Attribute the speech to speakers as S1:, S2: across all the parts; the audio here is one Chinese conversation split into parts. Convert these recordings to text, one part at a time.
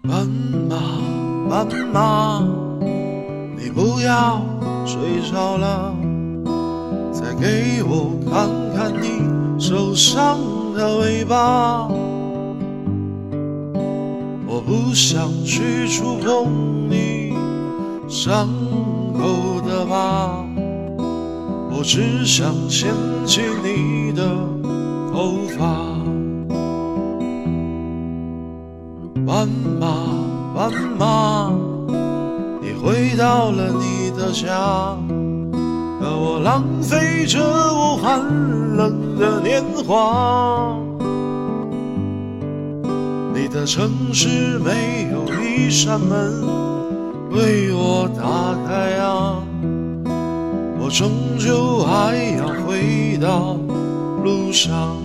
S1: 斑马，斑马，你不要睡着了，再给我看看你受伤的尾巴。我不想去触碰你伤口的疤，我只想牵起你的头发。斑马，斑马，你回到了你的家，可我浪费着我寒冷的年华。你的城市没有一扇门为我打开啊，我终究还要回到路上。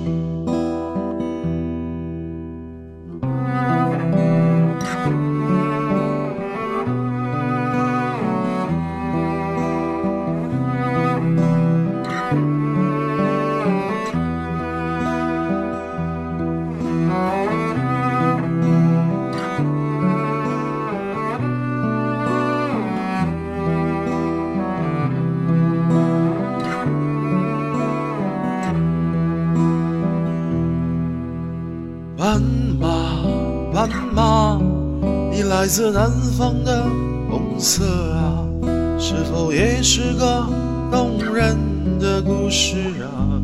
S1: 斑马，斑马，你来自南方的红色啊，是否也是个动人的故事啊？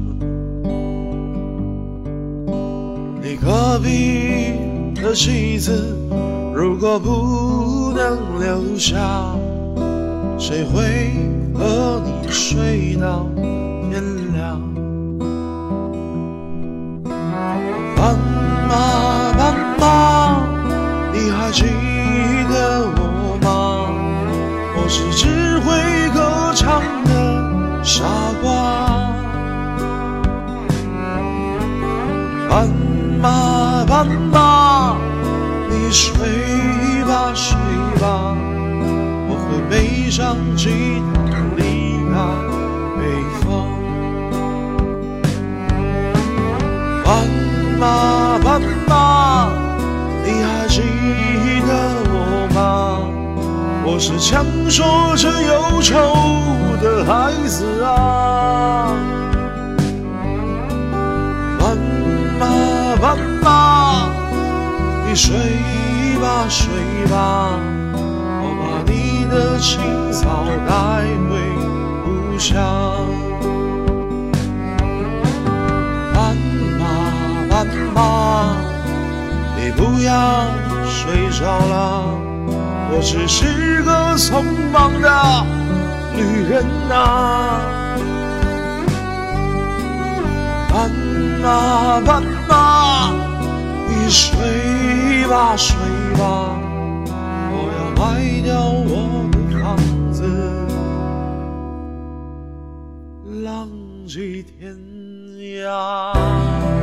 S1: 你隔壁的妻子如果不能留下，谁会和你睡到天亮？斑马，斑马，你还记得我吗？我是只会歌唱的傻瓜。斑马，斑马，你睡吧睡吧，我会背上吉他离开北方。斑马，斑马，你还记得我吗？我是强说着忧愁的孩子啊。斑马，斑马，你睡吧睡吧，我把你的青草带回故乡。斑马，你不要睡着了，我只是个匆忙的旅人啊。斑马，斑马，你睡吧睡吧，我要卖掉我的房子，浪迹天涯。